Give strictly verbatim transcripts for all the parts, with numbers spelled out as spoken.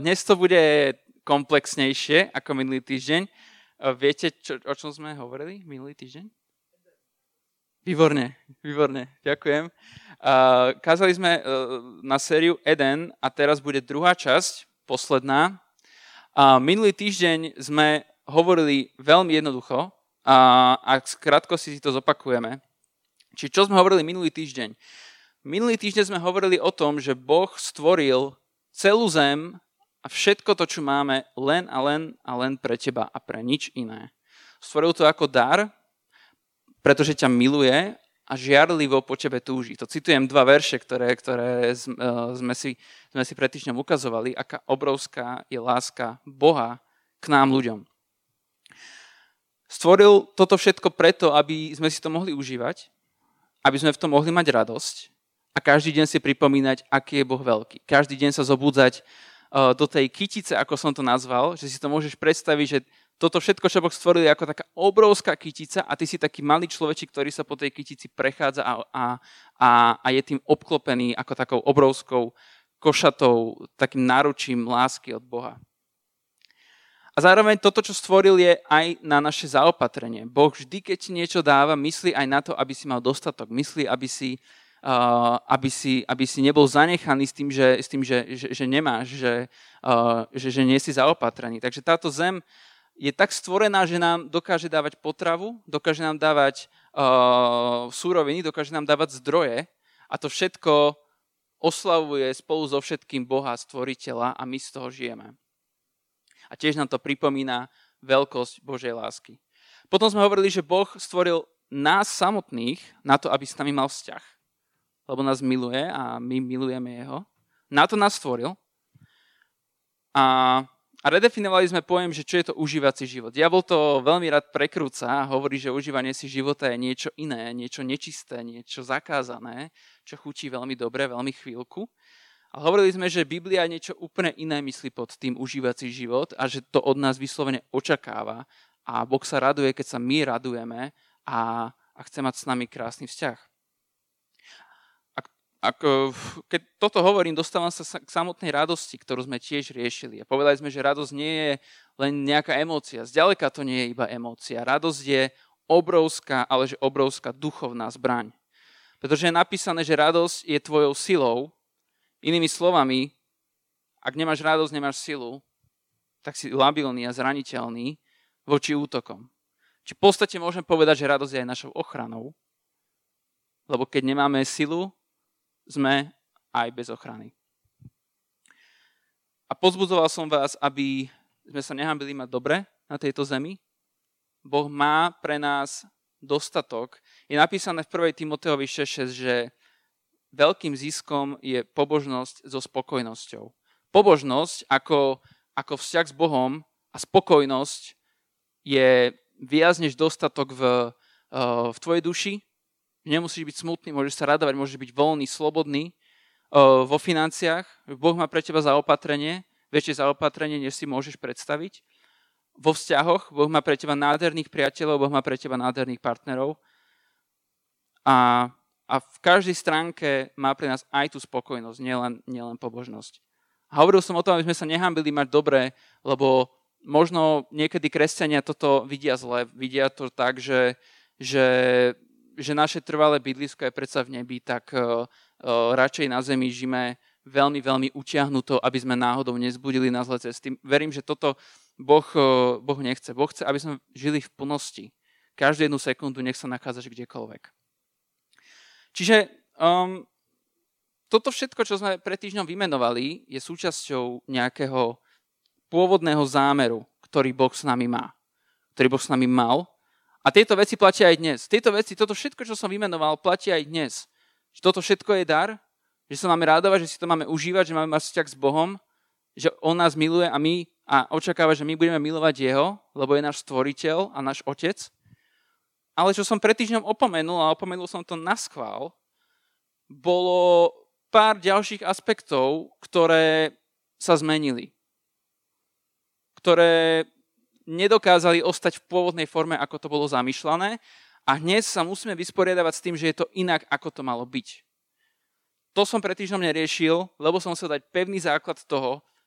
Dnes to bude komplexnejšie ako minulý týždeň. Viete, čo, o čom sme hovorili minulý týždeň? Výborne, výborne, ďakujem. Uh, kázali sme uh, na sériu Eden a teraz bude druhá časť, posledná. Uh, minulý týždeň sme hovorili veľmi jednoducho uh, a krátko si to zopakujeme. Čiže čo sme hovorili minulý týždeň? Minulý týždeň sme hovorili o tom, že Boh stvoril celú zem a všetko to, čo máme, len a len a len pre teba a pre nič iné. Stvoril to ako dar, pretože ťa miluje a žiarlivo po tebe túži. To citujem dva verše, ktoré, ktoré sme si, sme si pred týždňom ukazovali, aká obrovská je láska Boha k nám ľuďom. Stvoril toto všetko preto, aby sme si to mohli užívať, aby sme v tom mohli mať radosť a každý deň si pripomínať, aký je Boh veľký. Každý deň sa zobudzať do tej kytice, ako som to nazval, že si to môžeš predstaviť, že toto všetko, čo Boh stvoril, je ako taká obrovská kytica a ty si taký malý človečik, ktorý sa po tej kytici prechádza a, a, a, a je tým obklopený ako takou obrovskou košatou, takým náručím lásky od Boha. A zároveň toto, čo stvoril, je aj na naše zaopatrenie. Boh vždy, keď ti niečo dáva, myslí aj na to, aby si mal dostatok. Myslí, aby si Uh, aby, si, aby si nebol zanechaný s tým, že, s tým, že, že, že nemáš, že, uh, že, že nie si zaopatrený. Takže táto zem je tak stvorená, že nám dokáže dávať potravu, dokáže nám dávať uh, súroviny, dokáže nám dávať zdroje a to všetko oslavuje spolu so všetkým Boha, stvoriteľa a my z toho žijeme. A tiež nám to pripomína veľkosť Božej lásky. Potom sme hovorili, že Boh stvoril nás samotných na to, aby s nami mal vzťah. Lebo nás miluje a my milujeme jeho. Na to nás stvoril. A, a redefinovali sme pojem, že čo je to užívací život. Diabol to veľmi rád prekrúca a hovorí, že užívanie si života je niečo iné, niečo nečisté, niečo zakázané, čo chutí veľmi dobre, veľmi chvíľku. A hovorili sme, že Biblia niečo úplne iné myslí pod tým užívací život a že to od nás vyslovene očakáva. A Boh sa raduje, keď sa my radujeme a, a chce mať s nami krásny vzťah. Ako, keď toto hovorím, dostávam sa k samotnej radosti, ktorú sme tiež riešili. A povedali sme, že radosť nie je len nejaká emócia. Zďaleka to nie je iba emócia. Radosť je obrovská, ale že obrovská duchovná zbraň. Pretože je napísané, že radosť je tvojou silou. Inými slovami, ak nemáš radosť, nemáš silu, tak si labilný a zraniteľný voči útokom. Či v podstate môžem povedať, že radosť je aj našou ochranou, lebo keď nemáme silu, sme aj bez ochrany. A pozbudzoval som vás, aby sme sa nehambili mať dobre na tejto zemi. Boh má pre nás dostatok. Je napísané v prvej Timoteovi šesť šesť, že veľkým ziskom je pobožnosť so spokojnosťou. Pobožnosť ako, ako vzťah s Bohom a spokojnosť je viac než dostatok v, v tvojej duši. Nemusíš byť smutný, môžeš sa radovať, môžeš byť voľný, slobodný uh, vo financiách. Boh má pre teba zaopatrenie, väčšie zaopatrenie, než si môžeš predstaviť. Vo vzťahoch Boh má pre teba nádherných priateľov, Boh má pre teba nádherných partnerov. A, a v každej stránke má pre nás aj tú spokojnosť, nielen, nielen pobožnosť. A hovoril som o tom, aby sme sa nehambili mať dobre, lebo možno niekedy kresťania toto vidia zle. Vidia to tak, že... že že naše trvalé bydlisko je predsa v nebi, tak uh, uh, radšej na zemi žijeme veľmi, veľmi utiahnuto, aby sme náhodou nezbudili na zlé cesty. Verím, že toto Boh, uh, boh nechce. Boh chce, aby sme žili v plnosti. Každú jednu sekundu nech sa nachádzaš kdekoľvek. Čiže um, toto všetko, čo sme pred týždňom vymenovali, je súčasťou nejakého pôvodného zámeru, ktorý Boh s nami má. Ktorý Boh s nami mal. A tieto veci platia aj dnes. Tieto veci, toto všetko, čo som vymenoval, platia aj dnes. Že toto všetko je dar, že sa máme radovať, že si to máme užívať, že máme mať vzťah s Bohom, že On nás miluje a my a očakáva, že my budeme milovať Jeho, lebo je náš stvoriteľ a náš otec. Ale čo som pred týždňom opomenul, a opomenul som to naschvál, bolo pár ďalších aspektov, ktoré sa zmenili. Ktoré nedokázali ostať v pôvodnej forme, ako to bolo zamýšľané a dnes sa musíme vysporiadavať s tým, že je to inak, ako to malo byť. To som pred týždňom neriešil, lebo som chcel dať pevný základ toho,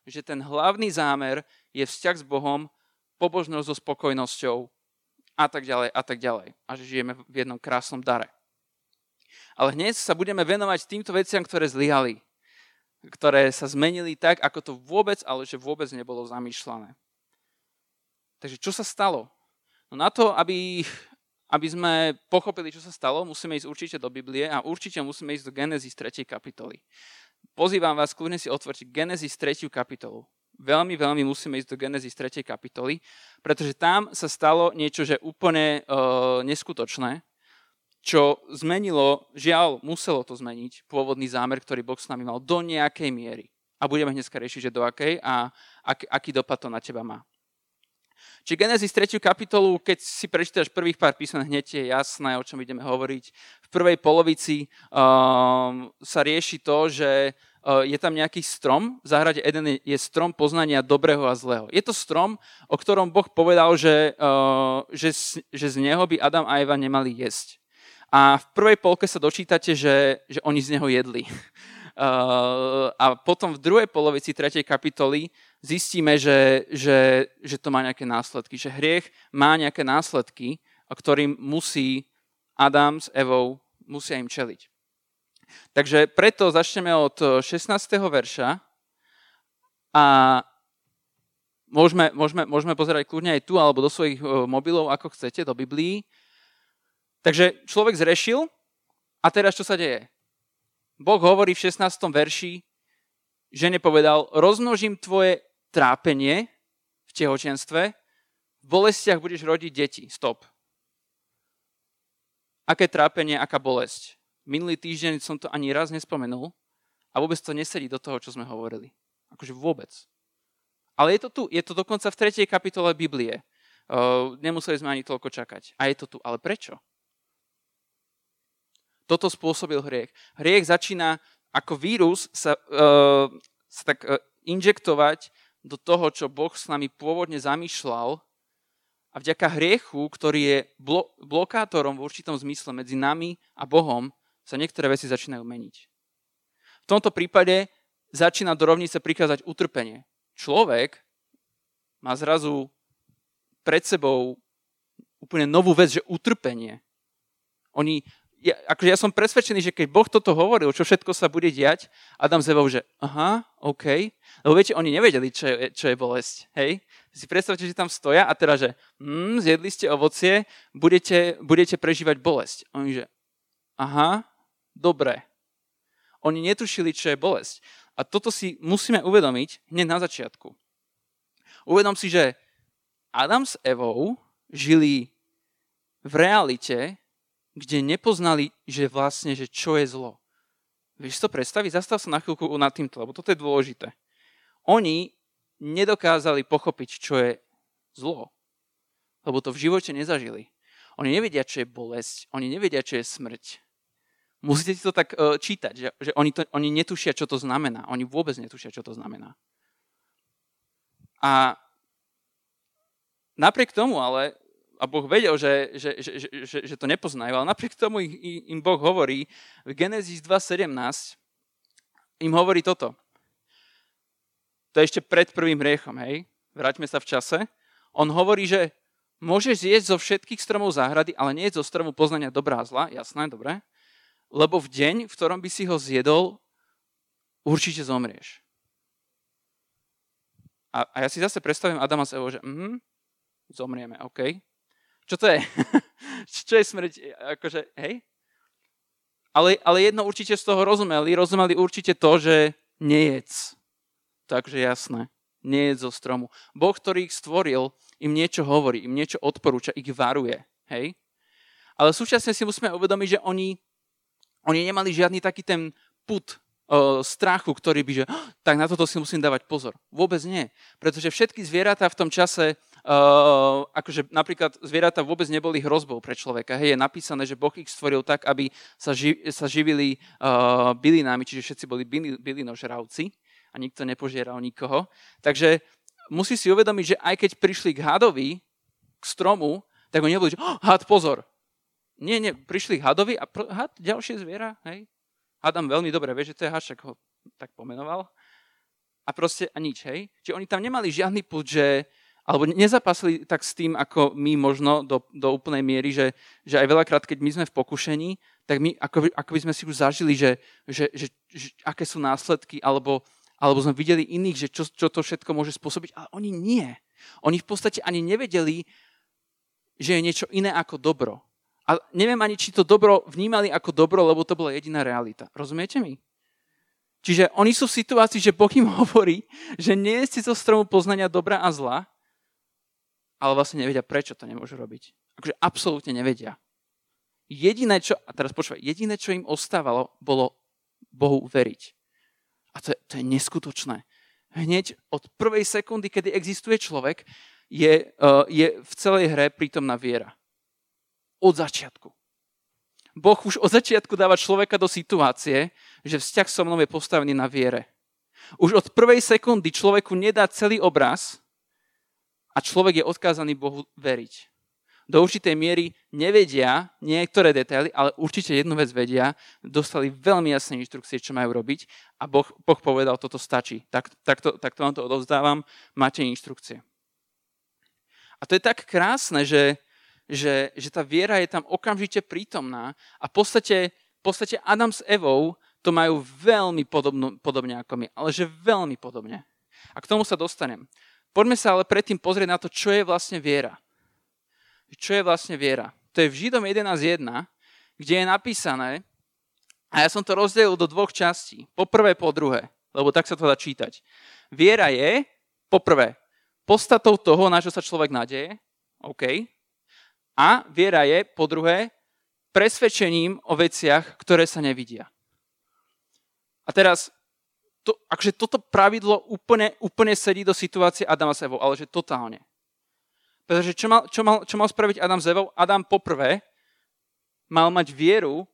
že ten hlavný zámer je vzťah s Bohom, pobožnosť so spokojnosťou a tak ďalej a tak ďalej. A že žijeme v jednom krásnom dare. Ale hneď sa budeme venovať týmto veciam, ktoré zlyhali, ktoré sa zmenili tak, ako to vôbec, ale že vôbec nebolo zamýšľané. Takže čo sa stalo? No na to, aby, aby sme pochopili, čo sa stalo, musíme ísť určite do Biblie a určite musíme ísť do Genesis tretej kapitoly. Pozývam vás, kľudne si otvorte Genesis tretiu kapitolu. Veľmi, veľmi musíme ísť do Genesis tretej kapitoly, pretože tam sa stalo niečo, že úplne uh, neskutočné, čo zmenilo, žiaľ, muselo to zmeniť pôvodný zámer, ktorý Boh s nami mal do nejakej miery. A budeme dneska riešiť, že do akej a ak, aký dopad to na teba má. Čiže Genesis tretiu kapitolu, keď si prečítaš prvých pár písmen, hneď je jasné, o čom ideme hovoriť. V prvej polovici um, sa rieši to, že je tam nejaký strom, v záhrade Eden je strom poznania dobrého a zlého. Je to strom, o ktorom Boh povedal, že, uh, že, že z neho by Adam a Eva nemali jesť. A v prvej polke sa dočítate, že, že oni z neho jedli. Uh, a potom v druhej polovici tretej kapitoly zistíme, že, že, že to má nejaké následky, že hriech má nejaké následky, ktorým musí Adam s Evou, musia im čeliť. Takže preto začneme od šestnásteho verša a môžeme, môžeme, môžeme pozerať kľudne aj tu alebo do svojich mobilov, ako chcete, do Biblií. Takže človek zrešil a teraz čo sa deje? Boh hovorí v šestnástom verši, žene povedal, rozmnožím tvoje trápenie v tehotenstve, v bolestiach budeš rodiť deti. Stop. Aké trápenie, aká bolesť? Minulý týždeň som to ani raz nespomenul a vôbec to nesedí do toho, čo sme hovorili. Akože vôbec. Ale je to tu. Je to dokonca v tretej kapitole Biblie. Uh, nemuseli sme ani toľko čakať. A je to tu. Ale prečo? Toto spôsobil hriech. Hriech začína ako vírus sa, uh, sa tak uh, injektovať do toho, čo Boh s nami pôvodne zamýšľal a vďaka hriechu, ktorý je blo- blokátorom v určitom zmysle medzi nami a Bohom, sa niektoré veci začínajú meniť. V tomto prípade začína do rovnice prikázať utrpenie. Človek má zrazu pred sebou úplne novú vec, že utrpenie. Oni, ja, akože ja som presvedčený, že keď Boh toto hovoril, čo všetko sa bude diať, Adam s Evou, že aha, OK. Lebo viete, oni nevedeli, čo je, čo je bolesť. Hej? Si predstavte, že tam stoja a teda, že hm, zjedli ste ovocie, budete, budete prežívať bolesť. Oni, že aha, dobre. Oni netušili, čo je bolesť. A toto si musíme uvedomiť hneď na začiatku. Uvedom si, že Adam s Evou žili v realite, kde nepoznali, že vlastne, že čo je zlo. Vieš to predstaviť? Zastav sa na chvíľku nad týmto, lebo toto je dôležité. Oni nedokázali pochopiť, čo je zlo, lebo to v živote nezažili. Oni nevedia, čo je bolesť, oni nevedia, čo je smrť. Musíte si to tak uh, čítať, že, že oni, to, oni netušia, čo to znamená. Oni vôbec netušia, čo to znamená. A napriek tomu ale, a Boh vedel, že, že, že, že, že, že to nepoznajú, ale napriek tomu im Boh hovorí, v Genesis dva sedemnásť im hovorí toto. To je ešte pred prvým hriechom, hej? Vráťme sa v čase. On hovorí, že môžeš zjesť zo všetkých stromov záhrady, ale nie zo stromu poznania dobrá a zla, jasné, dobre? Lebo v deň, v ktorom by si ho zjedol, určite zomrieš. A, a ja si zase predstavím Adama s Evou, že mhm, zomrieme, OK. Čo to je? Čo je smrť? Akože, hej? Ale, ale jedno určite z toho rozumeli. Rozumeli určite to, že nejedz. Takže jasné. Nejedz zo stromu. Boh, ktorý ich stvoril, im niečo hovorí, im niečo odporúča, ich varuje. Hej? Ale súčasne si musíme uvedomiť, že oni Oni nemali žiadny taký ten pud uh, strachu, ktorý by, že oh, tak na toto si musím dávať pozor. Vôbec nie. Pretože všetky zvieratá v tom čase, uh, akože napríklad zvieratá vôbec neboli hrozbou pre človeka. Hej, je napísané, že Boh ich stvoril tak, aby sa, ži- sa živili uh, bylinami, čiže všetci boli byli- bylinožravci a nikto nepožieral nikoho. Takže musí si uvedomiť, že aj keď prišli k hadovi, k stromu, tak oni neboli, že oh, had, pozor. Nie, nie, prišli k hadovi a pr- had, ďalšie zviera, hej. Adam veľmi dobre vie, že to je had, však ho tak pomenoval. a proste a nič, hej? Čiže oni tam nemali žiadny pud, že alebo nezapasili tak s tým, ako my možno do, do úplnej miery, že, že aj veľakrát, keď my sme v pokušení, tak my ako, ako by sme si už zažili, že, že, že, že aké sú následky, alebo, alebo sme videli iných, že čo, čo to všetko môže spôsobiť, ale oni nie. Oni v podstate ani nevedeli, že je niečo iné ako dobro. A neviem ani, či to dobro vnímali ako dobro, lebo to bola jediná realita. Rozumiete mi? Čiže oni sú v situácii, že Boh im hovorí, že nie ste zo stromu poznania dobra a zla, ale vlastne nevedia, prečo to nemôžu robiť. Akože absolútne nevedia. Jediné, čo, a teraz počúvaj, jediné, čo im ostávalo, bolo Bohu veriť. A to je, to je neskutočné. Hneď od prvej sekundy, kedy existuje človek, je, uh, je v celej hre prítomná viera. Od začiatku. Boh už od začiatku dáva človeka do situácie, že vzťah so mnou je postavený na viere. Už od prvej sekundy človeku nedá celý obraz, a človek je odkázaný Bohu veriť. Do určitej miery nevedia niektoré detaily, ale určite jednu vec vedia. Dostali veľmi jasné inštrukcie, čo majú robiť a Boh, boh povedal, toto stačí. Tak, takto, takto vám to odovzdávam, máte inštrukcie. A to je tak krásne, že, že, že tá viera je tam okamžite prítomná a v podstate, v podstate Adam s Evou to majú veľmi podobno, podobne ako my, ale že veľmi podobne. A k tomu sa dostanem. Poďme sa ale predtým pozrieť na to, čo je vlastne viera. Čo je vlastne viera? To je v Židom jedenásť jedna, kde je napísané, a ja som to rozdelil do dvoch častí. Po prvé, po druhé, lebo tak sa to dá čítať. Viera je, po prvé, podstatou toho, na čo sa človek nadeje, OK. A viera je, po druhé, presvedčením o veciach, ktoré sa nevidia. A teraz, To, akože toto pravidlo úplne, úplne sedí do situácie Adama s Evou, ale že totálne. Pretože čo mal, čo mal, čo mal spraviť Adam s Evou? Adam poprvé mal mať vieru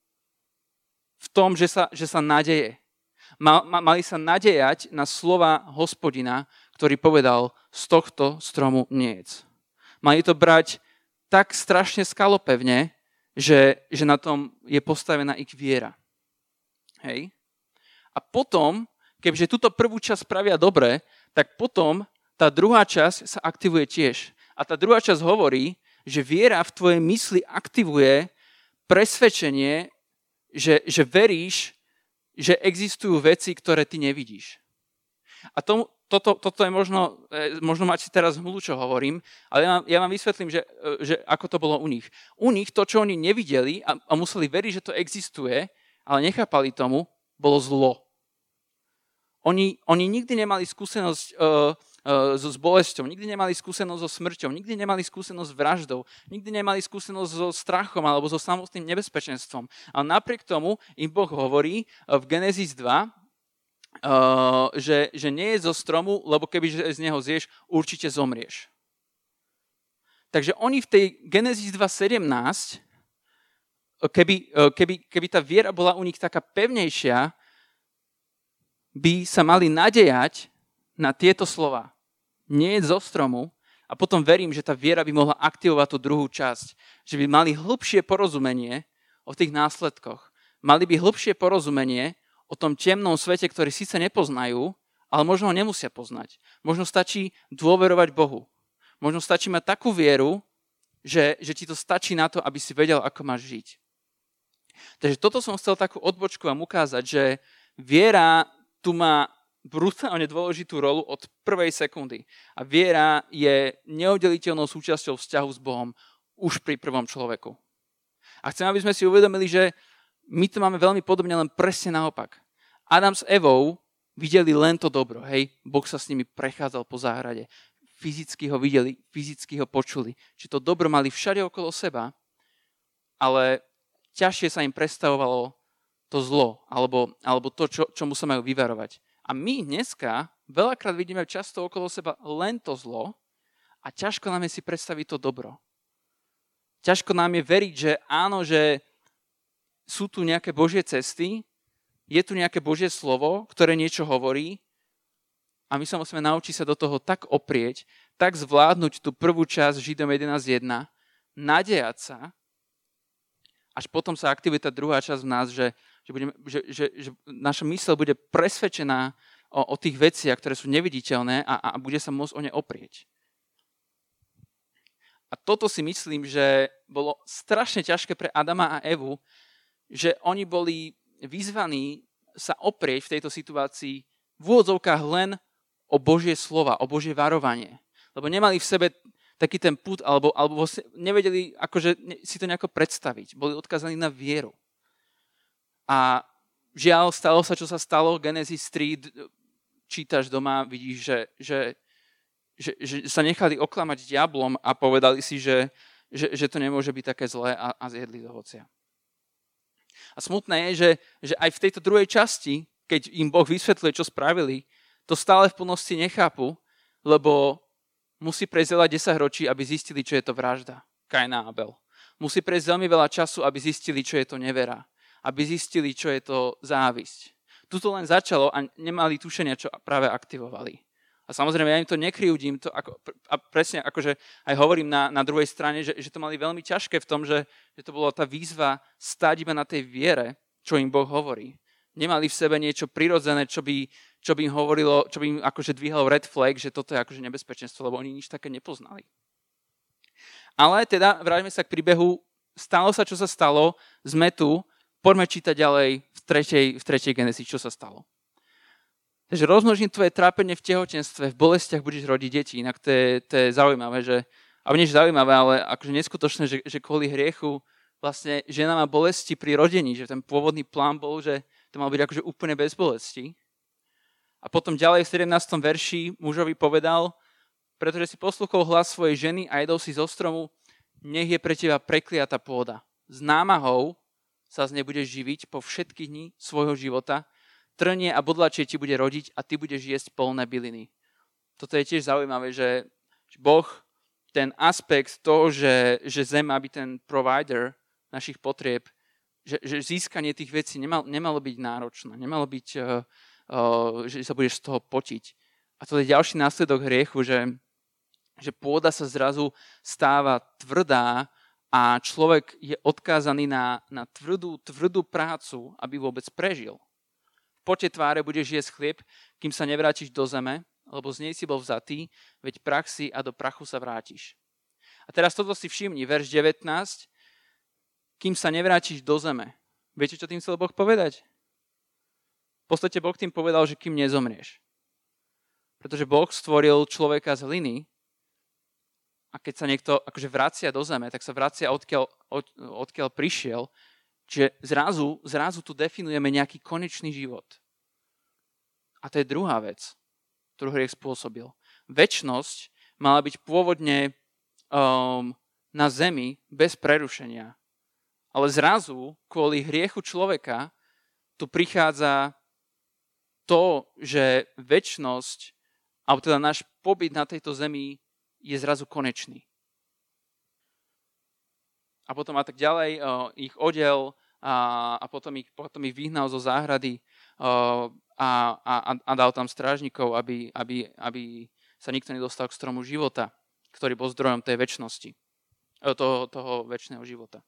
v tom, že sa, že sa nadeje. Mal, ma, mali sa nadejať na slova Hospodina, ktorý povedal, z tohto stromu niet. Mali to brať tak strašne skalopevne, že, že na tom je postavená ich viera. Hej? A potom, keďže túto prvú časť spravia dobre, tak potom tá druhá časť sa aktivuje tiež. A tá druhá časť hovorí, že viera v tvojej mysli aktivuje presvedčenie, že, že veríš, že existujú veci, ktoré ty nevidíš. A tomu, toto, toto je možno, možno máte teraz hmlu, čo hovorím, ale ja vám, ja vám vysvetlím, že, že ako to bolo u nich. U nich to, čo oni nevideli a, a museli veriť, že to existuje, ale nechápali tomu, bolo zlo. Oni, oni nikdy nemali skúsenosť uh, uh, so, s bolesťou, nikdy nemali skúsenosť so smrťou, nikdy nemali skúsenosť s vraždou, nikdy nemali skúsenosť so strachom alebo so samotným nebezpečenstvom. Ale napriek tomu im Boh hovorí uh, v Genesis dva, uh, že, že nie je zo stromu, lebo keby z neho zješ, určite zomrieš. Takže oni v tej Genesis dva sedemnásť, keby, uh, keby, keby tá viera bola u nich taká pevnejšia, by sa mali nadejať na tieto slova. Nie je zo stromu a potom verím, že tá viera by mohla aktivovať tú druhú časť. Že by mali hlbšie porozumenie o tých následkoch. Mali by hlbšie porozumenie o tom temnom svete, ktorý síce nepoznajú, ale možno ho nemusia poznať. Možno stačí dôverovať Bohu. Možno stačí mať takú vieru, že, že ti to stačí na to, aby si vedel, ako máš žiť. Takže toto som chcel takú odbočku vám ukázať, že viera tu má brutálne dôležitú rolu od prvej sekundy. A viera je neoddeliteľnou súčasťou vzťahu s Bohom už pri prvom človeku. A chcem, aby sme si uvedomili, že my to máme veľmi podobne, len presne naopak. Adam s Evou videli len to dobro. Hej, Boh sa s nimi prechádzal po záhrade. Fyzicky ho videli, fyzicky ho počuli. Čiže to dobro mali všade okolo seba, ale ťažšie sa im predstavovalo to zlo, alebo, alebo to, čo, čomu sa majú vyvarovať. A my dneska veľakrát vidíme často okolo seba len to zlo a ťažko nám je si predstaviť to dobro. Ťažko nám je veriť, že áno, že sú tu nejaké Božie cesty, je tu nejaké Božie slovo, ktoré niečo hovorí a my sa musíme naučiť sa do toho tak oprieť, tak zvládnuť tú prvú časť Židom jedenásť jedna, nadejať sa, až potom sa aktivuje tá druhá časť v nás, že, že, budeme, že, že, že naša myseľ bude presvedčená o, o tých veciach, ktoré sú neviditeľné a, a bude sa môcť o ne oprieť. A toto si myslím, že bolo strašne ťažké pre Adama a Evu, že oni boli vyzvaní sa oprieť v tejto situácii v úvodzovkách len o Božie slova, o Božie varovanie. Lebo nemali v sebe taký ten pud, alebo, alebo nevedeli akože si to nejako predstaviť. Boli odkazaní na vieru. A žiaľ, stalo sa, čo sa stalo. Genesis tri, čítaš doma, vidíš, že, že Že, že sa nechali oklamať diablom a povedali si, že, že, že to nemôže byť také zlé a, a zjedli z ovocia. A smutné je, že, že aj v tejto druhej časti, keď im Boh vysvetľuje, čo spravili, to stále v plnosti nechápu, lebo musí prejsť veľa desaťročí, aby zistili, čo je to vražda. Kain a Abel. Musí prejsť veľmi veľa času, aby zistili, čo je to nevera. Aby zistili, čo je to závisť. Tuto len začalo a nemali tušenia, čo práve aktivovali. A samozrejme, ja im to nekryjúdim, to ako, a presne akože aj hovorím na, na druhej strane, že, že to mali veľmi ťažké v tom, že, že to bola tá výzva stáť iba na tej viere, čo im Boh hovorí. Nemali v sebe niečo prirodzené, čo by, čo by im hovorilo, čo by im akože dvíhalo red flag, že toto je akože nebezpečenstvo, lebo oni nič také nepoznali. Ale teda, vráťme sa k príbehu, stalo sa, čo sa stalo, sme tu, poďme čítať ďalej v tretej, v tretej Genesis, čo sa stalo. Takže rozmnožím tvoje trápenie v tehotenstve, v bolestiach budeš rodiť deti. Inak to je, to je zaujímavé, že, a nie zaujímavé, ale akože neskutočné, že, že kvôli hriechu vlastne žena má bolesti pri rodení, že ten pôvodný plán bol, že to mal byť akože úplne bez bolesti. A potom ďalej v sedemnástom verši mužovi povedal, pretože si poslúchol hlas svojej ženy a jedol si zo stromu, nech je pre teba prekliatá pôda. S námahou sa z nej budeš živiť po všetky dni svojho života, trnie a bodlačie ti bude rodiť a ty budeš jesť polné byliny. Toto je tiež zaujímavé, že Boh ten aspekt toho, že, že zem má byť ten provider našich potrieb, že, že získanie tých vecí nemal, nemalo byť náročné, nemalo byť, uh, uh, že sa budeš z toho potiť. A to je ďalší následok hriechu, že, že pôda sa zrazu stáva tvrdá a človek je odkázaný na, na tvrdú, tvrdú prácu, aby vôbec prežil. V pote tváre budeš jesť chlieb, kým sa nevrátiš do zeme, lebo z nej si bol vzatý, veď prach si a do prachu sa vrátiš. A teraz toto si všimni, verš devätnásť, kým sa nevrátiš do zeme. Viete, čo tým chcel Boh povedať? V podstate Boh tým povedal, že kým nezomrieš. Pretože Boh stvoril človeka z hliny a keď sa niekto akože vracia do zeme, tak sa vracia odkiaľ, od, odkiaľ prišiel. Čiže zrazu, zrazu tu definujeme nejaký konečný život. A to je druhá vec, ktorú hriech spôsobil. Večnosť mala byť pôvodne um, na zemi bez prerušenia. Ale zrazu, kvôli hriechu človeka, tu prichádza to, že večnosť, alebo teda náš pobyt na tejto zemi je zrazu konečný. A potom a tak ďalej, uh, ich odel a, a potom, ich, potom ich vyhnal zo záhrady uh, a, a, a dal tam strážnikov, aby, aby, aby sa nikto nedostal k stromu života, ktorý bol zdrojom tej večnosti, toho, toho večného života.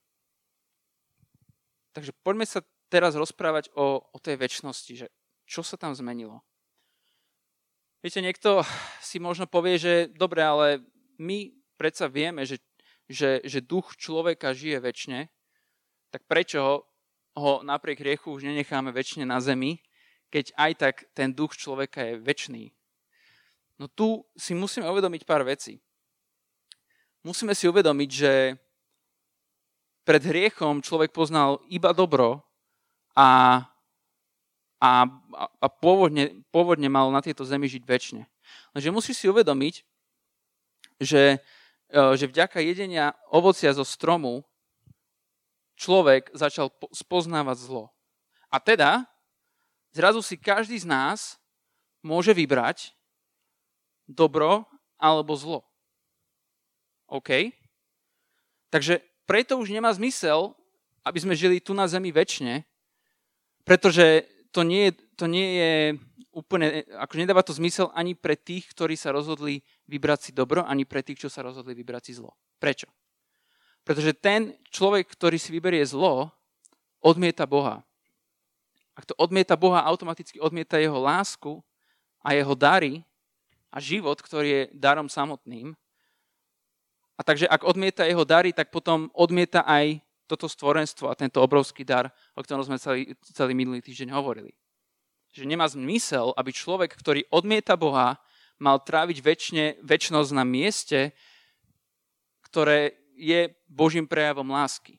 Takže poďme sa teraz rozprávať o, o tej večnosti, že čo sa tam zmenilo. Viete, niekto si možno povie, že dobre, ale my predsa vieme, že Že, že duch človeka žije večne, tak prečo ho napriek hriechu už nenecháme večne na zemi, keď aj tak ten duch človeka je večný? No tu si musíme uvedomiť pár vecí. Musíme si uvedomiť, že pred hriechom človek poznal iba dobro a, a, a pôvodne, pôvodne mal na tejto zemi žiť večne. Lenže musíš si uvedomiť, že že vďaka jedenia ovocia zo stromu človek začal spoznávať zlo. A teda zrazu si každý z nás môže vybrať dobro alebo zlo. OK? Takže preto už nemá zmysel, aby sme žili tu na zemi večne, pretože to nie je, to nie je úplne, akože nedáva to zmysel ani pre tých, ktorí sa rozhodli vybrať si dobro, ani pre tých, čo sa rozhodli vybrať si zlo. Prečo? Pretože ten človek, ktorý si vyberie zlo, odmieta Boha. Ak to odmieta Boha, automaticky odmieta jeho lásku a jeho dary a život, ktorý je darom samotným. A takže ak odmieta jeho dary, tak potom odmieta aj toto stvorenstvo a tento obrovský dar, o ktorom sme celý, celý minulý týždeň hovorili. Že nemá zmysel, aby človek, ktorý odmieta Boha, mal tráviť väčšine, väčšnosť na mieste, ktoré je Božím prejavom lásky.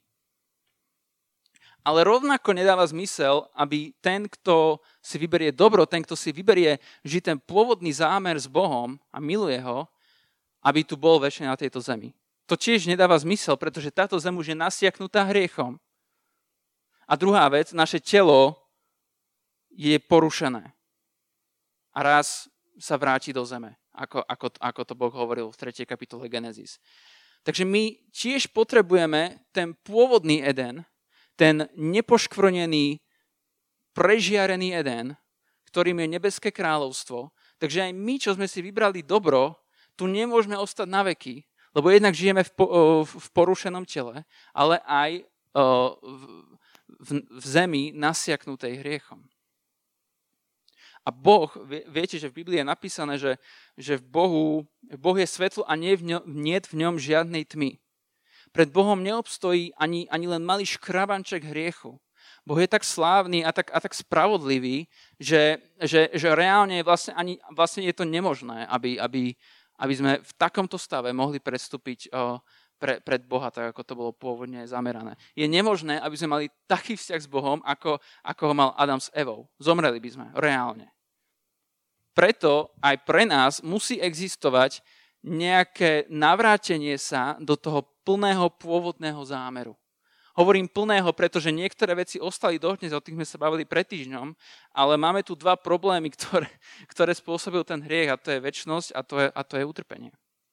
Ale rovnako nedáva zmysel, aby ten, kto si vyberie dobro, ten, kto si vyberie žiť ten pôvodný zámer s Bohom a miluje ho, aby tu bol väčšine na tejto zemi. To tiež nedáva zmysel, pretože táto zem už je nasiaknutá hriechom. A druhá vec, naše telo je porušené. A raz sa vráti do zeme, ako, ako, ako to Boh hovoril v tretej kapitole Genesis. Takže my tiež potrebujeme ten pôvodný Eden, ten nepoškvrnený, prežiarený Eden, ktorým je nebeské kráľovstvo. Takže aj my, čo sme si vybrali dobro, tu nemôžeme ostať na veky, lebo jednak žijeme v, po, v porušenom tele, ale aj v, v, v zemi nasiaknutej hriechom. A Boh, viete, že v Biblii je napísané, že, že v Bohu, Boh je svetlo a nie v ňom, nie v ňom žiadnej tmy. Pred Bohom neobstojí ani, ani len malý škrabanček hriechu. Boh je tak slávny a tak, a tak spravodlivý, že, že, že reálne vlastne, ani, vlastne je to nemožné, aby, aby, aby sme v takomto stave mohli predstúpiť o, pre, pred Boha, tak ako to bolo pôvodne zamerané. Je nemožné, aby sme mali taký vzťah s Bohom, ako, ako ho mal Adam s Evou. Zomreli by sme, reálne. Preto aj pre nás musí existovať nejaké navrátenie sa do toho plného pôvodného zámeru. Hovorím plného, pretože niektoré veci ostali dodnes, o tých sme sa bavili pred týždňom, ale máme tu dva problémy, ktoré, ktoré spôsobil ten hriech, a to je večnosť a to je, a to je utrpenie.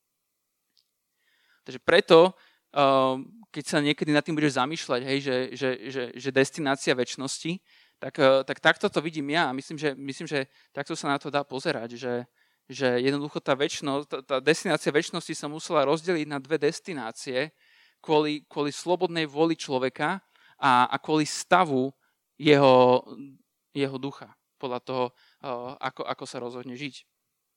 Takže preto, keď sa niekedy nad tým budeš zamýšľať, hej, že, že, že, že destinácia večnosti, tak, tak takto to vidím ja. Myslím že, myslím, že takto sa na to dá pozerať, že že jednoducho tá večnosť, tá, tá destinácia večnosti sa musela rozdeliť na dve destinácie kvôli, kvôli slobodnej vôli človeka a, a kvôli stavu jeho, jeho ducha, podľa toho, ako, ako sa rozhodne žiť.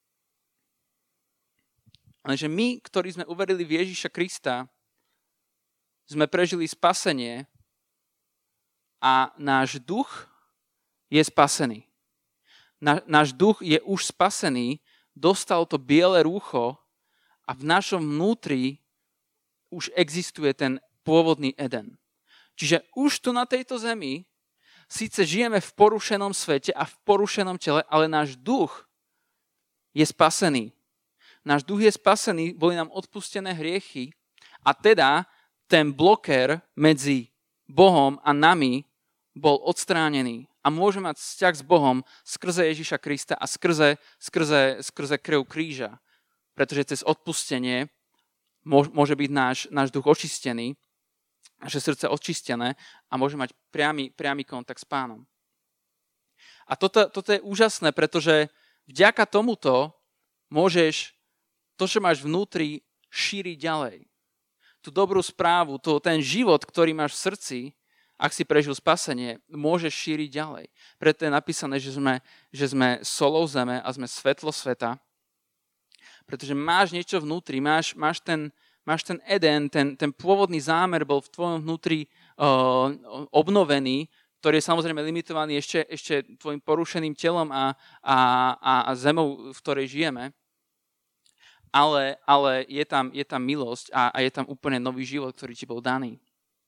Lenže my, ktorí sme uverili v Ježiša Krista, sme prežili spasenie a náš duch je spasený. Na, náš duch je už spasený, dostal to biele rúcho a v našom vnútri už existuje ten pôvodný Eden. Čiže už tu na tejto zemi síce žijeme v porušenom svete a v porušenom tele, ale náš duch je spasený. Náš duch je spasený, boli nám odpustené hriechy a teda ten bloker medzi Bohom a nami bol odstránený. A môže mať vzťah s Bohom skrze Ježiša Krista a skrze, skrze, skrze krv kríža. Pretože cez odpustenie môže byť náš, náš duch očistený, naše srdce očistené a môže mať priamy, priamy kontakt s Pánom. A toto, toto je úžasné, pretože vďaka tomuto môžeš to, čo máš vnútri, šíriť ďalej. Tú dobrú správu, to, ten život, ktorý máš v srdci, ak si prežil spasenie, môžeš šíriť ďalej. Preto je napísané, že sme, že sme solou zeme a sme svetlo sveta. Pretože máš niečo vnútri, máš, máš, ten, máš ten Eden, ten, ten pôvodný zámer bol v tvojom vnútri uh, obnovený, ktorý je samozrejme limitovaný ešte, ešte tvojim porušeným telom a, a, a, a zemou, v ktorej žijeme. Ale, ale je, tam, je tam milosť a, a je tam úplne nový život, ktorý ti bol daný.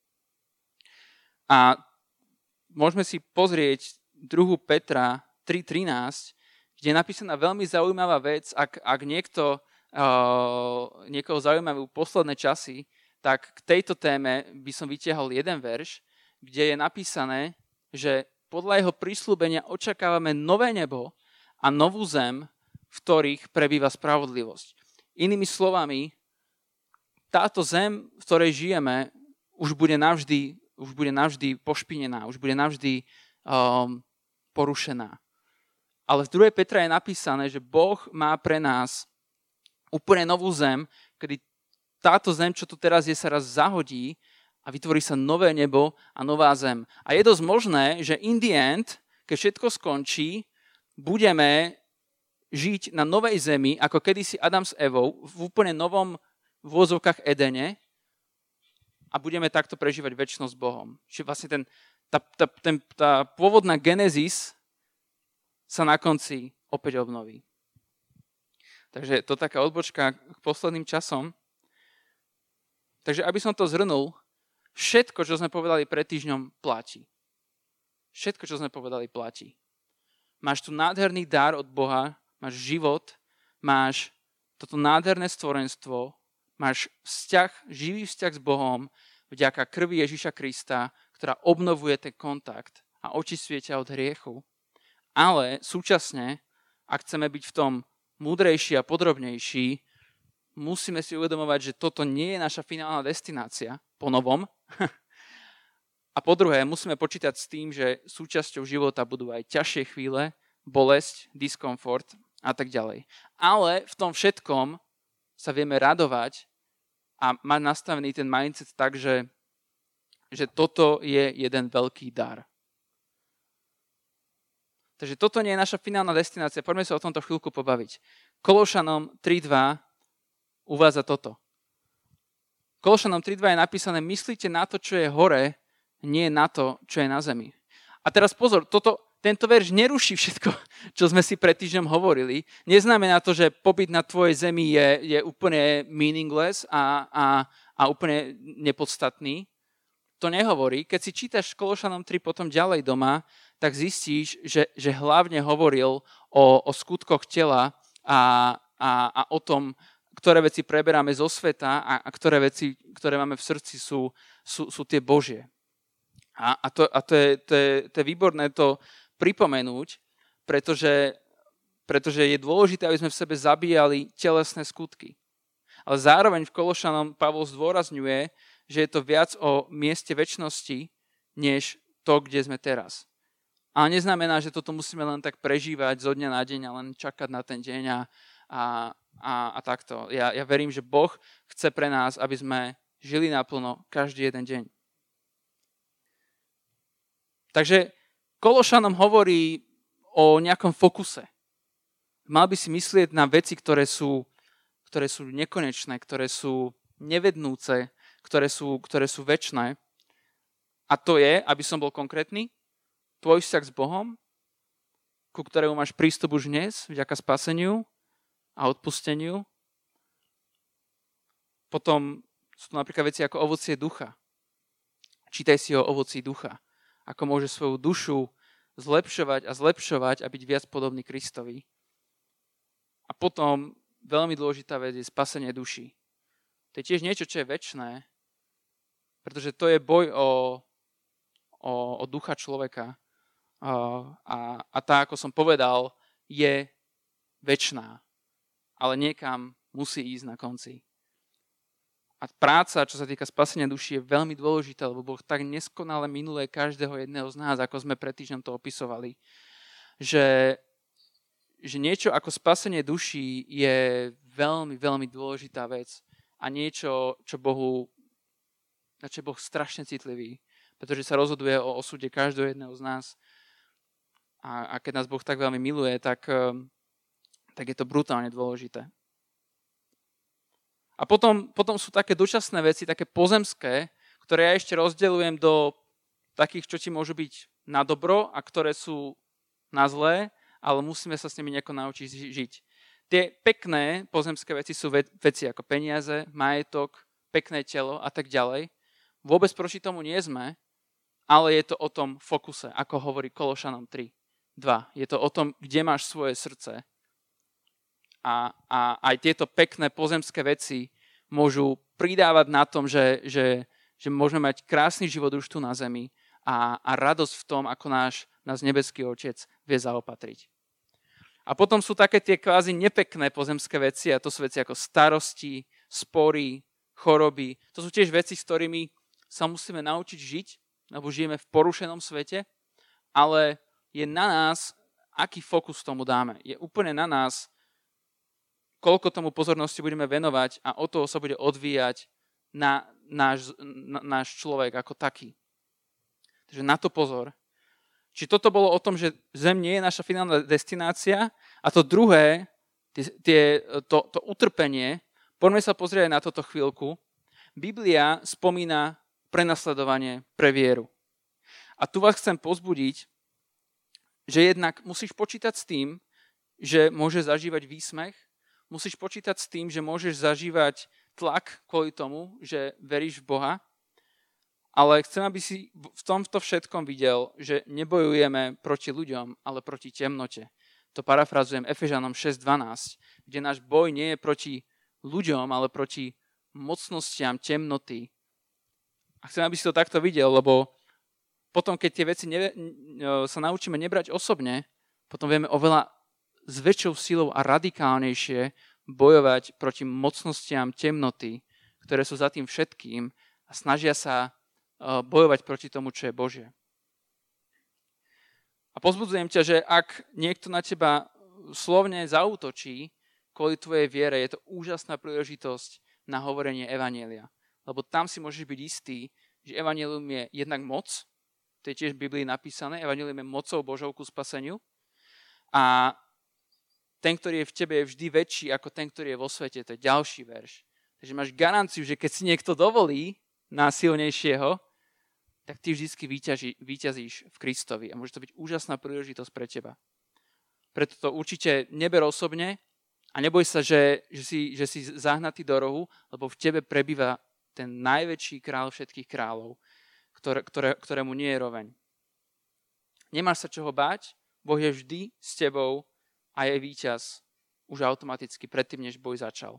A môžeme si pozrieť druhú Petra tri trinásť, kde je napísaná veľmi zaujímavá vec. Ak, ak niekto, uh, niekoho zaujímajú posledné časy, tak k tejto téme by som vytiahol jeden verš, kde je napísané, že podľa jeho prísľubenia očakávame nové nebo a novú zem, v ktorých prebýva spravodlivosť. Inými slovami, táto zem, v ktorej žijeme, už bude navždy už bude navždy pošpinená, už bude navždy um, porušená. Ale v druhej Petra je napísané, že Boh má pre nás úplne novú zem, kedy táto zem, čo tu teraz je, sa raz zahodí a vytvorí sa nové nebo a nová zem. A je dosť možné, že in the end, keď všetko skončí, budeme žiť na novej zemi, ako kedysi Adam s Evou, v úplne novom v úvodzovkách Edene a budeme takto prežívať večnosť s Bohom. Čiže vlastne ten, tá, tá, ten, tá pôvodná Genesis sa na konci opäť obnoví. Takže to taká odbočka k posledným časom. Takže aby som to zhrnul, všetko, čo sme povedali pred týždňom, platí. Všetko, čo sme povedali, platí. Máš tu nádherný dar od Boha, máš život, máš toto nádherné stvorenstvo, máš vzťah, živý vzťah s Bohom vďaka krvi Ježiša Krista, ktorá obnovuje ten kontakt a očistuje ťa od hriechu. Ale súčasne, ak chceme byť v tom múdrejší a podrobnejší, musíme si uvedomovať, že toto nie je naša finálna destinácia po novom. A po druhé, musíme počítať s tým, že súčasťou života budú aj ťažšie chvíle, bolesť, diskomfort a tak ďalej. Ale v tom všetkom sa vieme radovať a mať nastavený ten mindset tak, že, že toto je jeden veľký dar. Takže toto nie je naša finálna destinácia. Poďme sa o tomto chvíľku pobaviť. Kološanom tri dva uvádza toto. Kološanom tri dva je napísané: myslíte na to, čo je hore, nie na to, čo je na zemi. A teraz pozor, toto, tento verš neruší všetko, čo sme si pred týždňom hovorili. Neznamená to, že pobyt na tvojej zemi je, je úplne meaningless a, a, a úplne nepodstatný. To nehovorí. Keď si čítaš Kološanom tri potom ďalej doma, tak zistíš, že, že hlavne hovoril o, o skutkoch tela a, a, a o tom, ktoré veci preberáme zo sveta a, a ktoré veci, ktoré máme v srdci, sú, sú, sú tie Božie. A, a, to, a to, je, to, je, to je výborné to pripomenúť, pretože, pretože je dôležité, aby sme v sebe zabíjali telesné skutky. Ale zároveň v Kološanom Pavol zdôrazňuje, že je to viac o mieste večnosti, než to, kde sme teraz. Ale neznamená, že toto musíme len tak prežívať zo dňa na deň a len čakať na ten deň a, a, a, a takto. Ja, ja verím, že Boh chce pre nás, aby sme žili naplno každý jeden deň. Takže Kološanom hovorí o nejakom fokuse. Mal by si myslieť na veci, ktoré sú, ktoré sú nekonečné, ktoré sú nevednúce, ktoré sú, ktoré sú večné. A to je, aby som bol konkrétny, tvoj vzťah s Bohom, ku ktorému máš prístup už dnes, vďaka spaseniu a odpusteniu. Potom sú tu napríklad veci ako ovocie ducha. Čítaj si o ovocí ducha. Ako môže svoju dušu zlepšovať a zlepšovať a byť viac podobný Kristovi. A potom veľmi dôležitá vec je spasenie duší. To je tiež niečo, čo je večné, pretože to je boj o, o, o ducha človeka. A, a, a tá, ako som povedal, je večná, ale niekam musí ísť na konci. A práca, čo sa týka spasenia duší, je veľmi dôležitá, lebo Boh tak neskonale miluje každého jedného z nás, ako sme pred týždňom to opisovali, že, že niečo ako spasenie duší je veľmi, veľmi dôležitá vec a niečo, čo Bohu, na čo je Boh strašne citlivý, pretože sa rozhoduje o osude každého jedného z nás. A, a keď nás Boh tak veľmi miluje, tak, tak je to brutálne dôležité. A potom, potom sú také dočasné veci, také pozemské, ktoré ja ešte rozdeľujem do takých, čo ti môžu byť na dobro a ktoré sú na zlé, ale musíme sa s nimi nejako naučiť žiť. Tie pekné pozemské veci sú veci ako peniaze, majetok, pekné telo a tak ďalej. Vôbec proti tomu nie sme, ale je to o tom fokuse, ako hovorí Kološanom tri dva. Je to o tom, kde máš svoje srdce. A, a aj tieto pekné pozemské veci môžu pridávať na tom, že, že, že môžeme mať krásny život už tu na zemi a, a radosť v tom, ako náš, náš nebeský Otec vie zaopatriť. A potom sú také tie kvázi nepekné pozemské veci a to sú veci ako starosti, spory, choroby. To sú tiež veci, s ktorými sa musíme naučiť žiť, lebo žijeme v porušenom svete, ale je na nás, aký fokus tomu dáme. Je úplne na nás, koľko tomu pozornosti budeme venovať a od toho sa bude odvíjať na, náš, na, náš človek ako taký. Takže na to pozor. Či toto bolo o tom, že Zem nie je naša finálna destinácia a to druhé, tie, tie, to, to utrpenie, poďme sa pozrieť na toto chvíľku. Biblia spomína prenasledovanie pre vieru. A tu vás chcem pozbudiť, že jednak musíš počítať s tým, že môžeš zažívať výsmech, musíš počítať s tým, že môžeš zažívať tlak kvôli tomu, že veríš v Boha, ale chcem, aby si v tomto všetkom videl, že nebojujeme proti ľuďom, ale proti temnote. To parafrazujem Efežanom šesť dvanásť, kde náš boj nie je proti ľuďom, ale proti mocnostiam temnoty. A chcem, aby si to takto videl, lebo potom, keď tie veci ne, sa naučíme nebrať osobne, potom vieme oveľa s väčšou silou a radikálnejšie bojovať proti mocnostiam temnoty, ktoré sú za tým všetkým a snažia sa bojovať proti tomu, čo je Božie. A pozbudzujem ťa, že ak niekto na teba slovne zaútočí kvôli tvojej viere, je to úžasná príležitosť na hovorenie evanjelia. Lebo tam si môžeš byť istý, že evanjelium je jednak moc, to je tiež v Biblii napísané, evanjelium je mocou Božou ku spaseniu a ten, ktorý je v tebe, je vždy väčší ako ten, ktorý je vo svete. To je ďalší verš. Takže máš garanciu, že keď si niekto dovolí násilnejšieho, tak ty vždy výťaží, výťazíš v Kristovi a môže to byť úžasná príležitosť pre teba. Preto to určite neber osobne a neboj sa, že, že, si, že si zahnatý do rohu, lebo v tebe prebýva ten najväčší král všetkých kráľov, ktoré, ktoré, ktorému nie je roveň. Nemáš sa čoho báť, Boh je vždy s tebou a je víťaz už automaticky predtým, než boj začal.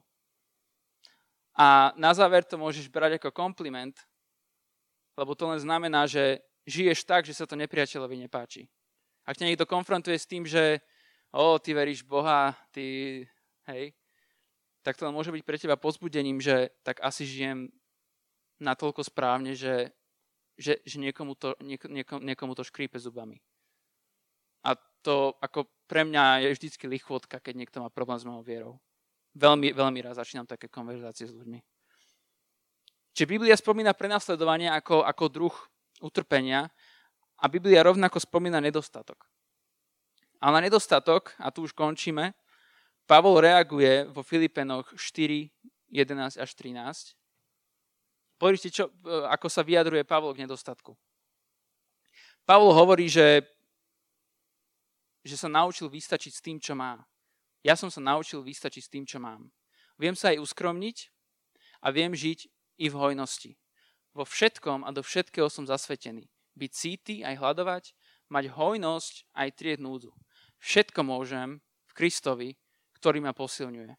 A na záver to môžeš brať ako kompliment, lebo to len znamená, že žiješ tak, že sa to nepriateľovi nepáči. Ak ťa niekto konfrontuje s tým, že o, ty veríš Boha, ty, hej, tak to môže byť pre teba povzbudením, že tak asi žijem natoľko správne, že, že, že niekomu, to, nieko, niekomu, niekomu to škrípe zubami. A to ako pre mňa je vždycky lichvotka, keď niekto má problém s mojou vierou. Veľmi, veľmi rád začínam také konverzácie s ľuďmi. Čiže Biblia spomína prenasledovanie ako, ako druh utrpenia a Biblia rovnako spomína nedostatok. A na nedostatok, a tu už končíme, Pavol reaguje vo Filipenoch štyri, jedenásť až trinásť. Pozrite, čo, ako sa vyjadruje Pavol k nedostatku. Pavol hovorí, že, že sa naučil vystačiť s tým, čo má. Ja som sa naučil vystačiť s tým, čo mám. Viem sa aj uskromniť a viem žiť i v hojnosti. Vo všetkom a do všetkého som zasvetený. Byť cíty, aj hľadovať, mať hojnosť, aj trieť núdzu. Všetko môžem v Kristovi, ktorý ma posilňuje.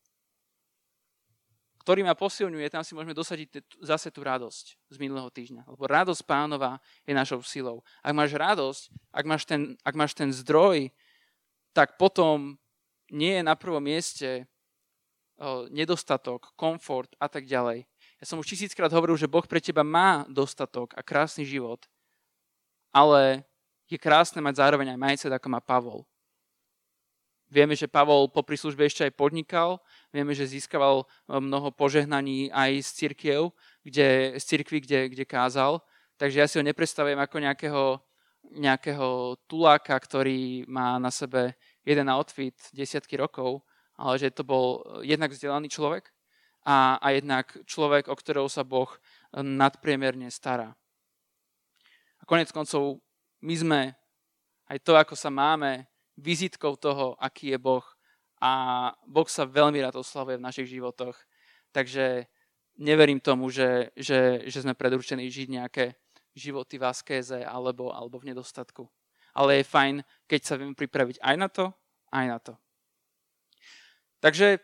Ktorý ma posilňuje, tam si môžeme dosadiť zase tú radosť z minulého týždňa. Lebo radosť Pánova je našou silou. Ak máš radosť, ak máš ten, ak máš ten zdroj, tak potom nie je na prvom mieste o, nedostatok, komfort a tak ďalej. Ja som už tisíckrát hovoril, že Boh pre teba má dostatok a krásny život, ale je krásne mať zároveň aj mindset, ako má Pavol. Vieme, že Pavol popri službe ešte aj podnikal, vieme, že získaval mnoho požehnaní aj z cirkiev, kde, z cirkvi, kde, kde kázal, takže ja si ho nepredstavujem ako nejakého, nejakého tuláka, ktorý má na sebe jeden outfit desiatky rokov, ale že to bol jednak vzdelaný človek, A, a jednak človek, o ktorého sa Boh nadpriemerne stará. A konec koncov, my sme aj to, ako sa máme, vizitkou toho, aký je Boh. A Boh sa veľmi rád oslavuje v našich životoch. Takže neverím tomu, že, že, že sme predurčení žiť nejaké životy v askéze alebo, alebo v nedostatku. Ale je fajn, keď sa vieme pripraviť aj na to, aj na to. Takže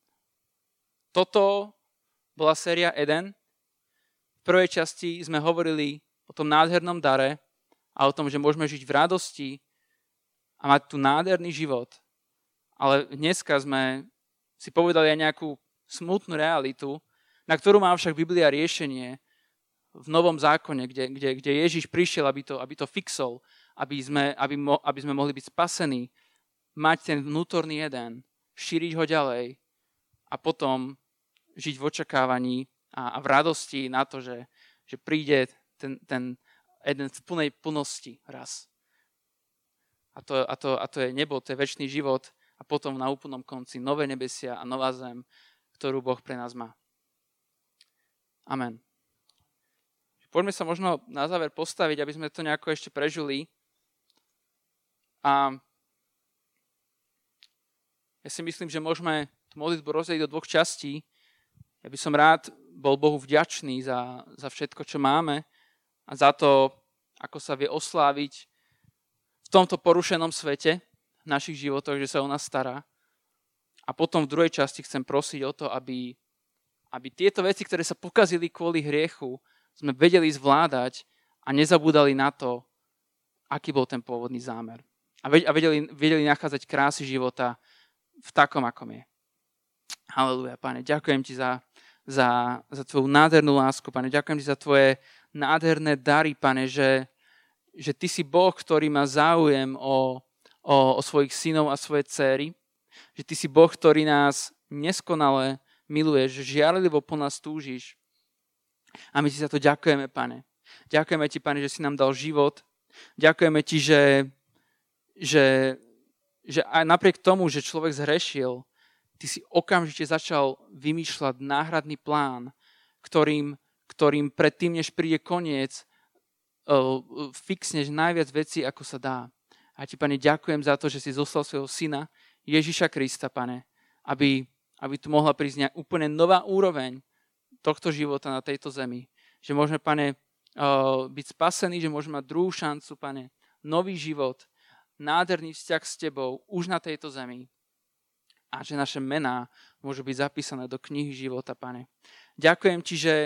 toto bola séria Eden. V prvej časti sme hovorili o tom nádhernom dare a o tom, že môžeme žiť v radosti a mať tu nádherný život. Ale dneska sme si povedali aj nejakú smutnú realitu, na ktorú má však Biblia riešenie v Novom zákone, kde, kde, kde Ježiš prišiel, aby to, aby to fixol, aby sme, aby, mo, aby sme mohli byť spasení, mať ten vnútorný Eden, šíriť ho ďalej a potom žiť v očakávaní a, a v radosti na to, že, že príde ten, ten Eden v plnej plnosti raz. A to, a, to, a to je nebo, to je večný život a potom na úplnom konci nové nebesia a nová zem, ktorú Boh pre nás má. Amen. Poďme sa možno na záver postaviť, aby sme to nejako ešte prežili. A ja si myslím, že môžeme tú modlitbu rozdeliť do dvoch častí. Ja by som rád bol Bohu vďačný za, za všetko, čo máme a za to, ako sa vie osláviť v tomto porušenom svete, v našich životoch, že sa o nás stará. A potom v druhej časti chcem prosiť o to, aby, aby tieto veci, ktoré sa pokazili kvôli hriechu, sme vedeli zvládať a nezabúdali na to, aký bol ten pôvodný zámer. A vedeli, vedeli nachádzať krásy života v takom, akom je. Halelúja, Pane, ďakujem Ti za, za, za Tvoju nádhernú lásku, Pane, ďakujem Ti za Tvoje nádherné dary, Pane, že že Ty si Boh, ktorý má záujem o, o, o svojich synov a svoje dcéry, že Ty si Boh, ktorý nás neskonale miluje, že žiarlivo po nás túžiš. A my Ti za to ďakujeme, Pane. Ďakujeme Ti, Pane, že si nám dal život. Ďakujeme Ti, že, že, že aj napriek tomu, že človek zhrešil, Ty si okamžite začal vymýšľať náhradný plán, ktorým, ktorým predtým, než príde koniec, fixneš najviac vecí, ako sa dá. A Ti, Pane, ďakujem za to, že si zoslal svojho syna Ježiša Krista, Pane, aby, aby tu mohla prísť nejak úplne nová úroveň tohto života na tejto zemi. Že môžeme, Pane, byť spasení, že môžeme mať druhú šancu, Pane, nový život, nádherný vzťah s Tebou už na tejto zemi. A že naše mená môžu byť zapísané do knihy života, Pane. Ďakujem Ti, že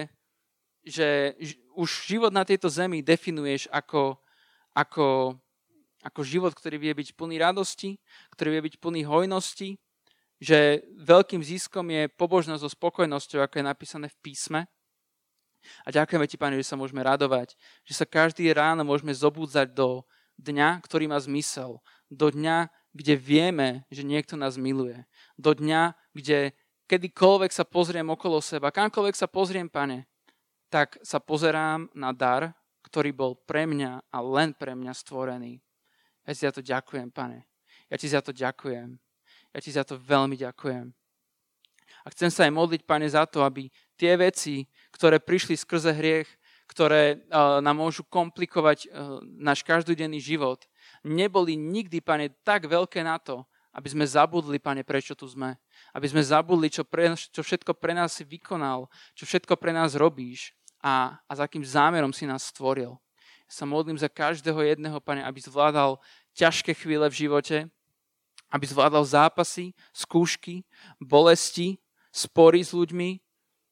že už život na tejto zemi definuješ ako, ako, ako život, ktorý vie byť plný radosti, ktorý vie byť plný hojnosti, že veľkým ziskom je pobožnosť so spokojnosťou, ako je napísané v písme. A ďakujeme Ti, Pane, že sa môžeme radovať, že sa každý ráno môžeme zobúdzať do dňa, ktorý má zmysel, do dňa, kde vieme, že niekto nás miluje, do dňa, kde kedykoľvek sa pozriem okolo seba, kamkoľvek sa pozriem, Pane, tak sa pozerám na dar, ktorý bol pre mňa a len pre mňa stvorený. Ja Ti za to ďakujem, Pane. Ja Ti za to ďakujem. Ja Ti za to veľmi ďakujem. A chcem sa aj modliť, Pane, za to, aby tie veci, ktoré prišli skrze hriech, ktoré uh, nám môžu komplikovať uh, náš každodenný život, neboli nikdy, Pane, tak veľké na to, aby sme zabudli, Pane, prečo tu sme. Aby sme zabudli, čo, pre, čo všetko pre nás si vykonal, čo všetko pre nás robíš. A, a za akým zámerom si nás stvoril. Ja sa modlím za každého jedného, Pane, aby zvládal ťažké chvíle v živote, aby zvládal zápasy, skúšky, bolesti, spory s ľuďmi,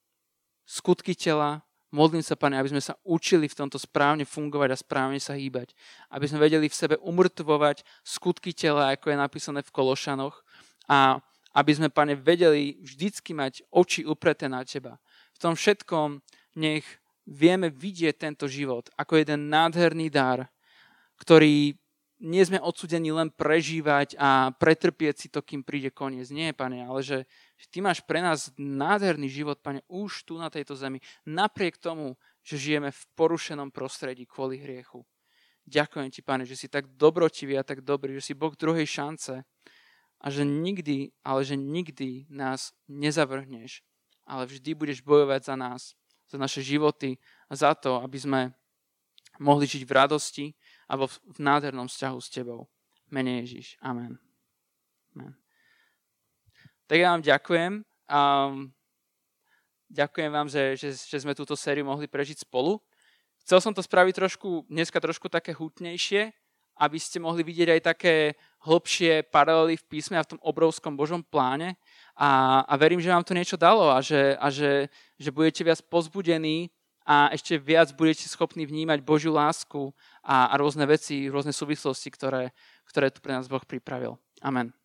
skutky tela. Modlím sa, Pane, aby sme sa učili v tomto správne fungovať a správne sa hýbať. Aby sme vedeli v sebe umrtvovať skutky tela, ako je napísané v Kološanoch. A aby sme, Pane, vedeli vždycky mať oči upreté na Teba. V tom všetkom nech vieme vidieť tento život ako jeden nádherný dar, ktorý nie sme odsúdení len prežívať a pretrpieť si to, kým príde koniec. Nie, Pane, ale že, že Ty máš pre nás nádherný život, Pane, už tu na tejto zemi, napriek tomu, že žijeme v porušenom prostredí kvôli hriechu. Ďakujem Ti, Pane, že si tak dobrotivý a tak dobrý, že si Boh druhej šance a že nikdy, ale že nikdy nás nezavrhneš, ale vždy budeš bojovať za nás, za naše životy a za to, aby sme mohli žiť v radosti a vo, v nádhernom vzťahu s Tebou. Mene Ježiš. Amen. Amen. Tak ja vám ďakujem. Um, ďakujem vám, že, že, že sme túto sériu mohli prežiť spolu. Chcel som to spraviť trošku, dneska trošku také hutnejšie, aby ste mohli vidieť aj také hlbšie paralely v písme a v tom obrovskom Božom pláne. A, a verím, že vám to niečo dalo a, že, a že, že budete viac pozbudení a ešte viac budete schopní vnímať Božiu lásku a, a rôzne veci, rôzne súvislosti, ktoré, ktoré tu pre nás Boh pripravil. Amen.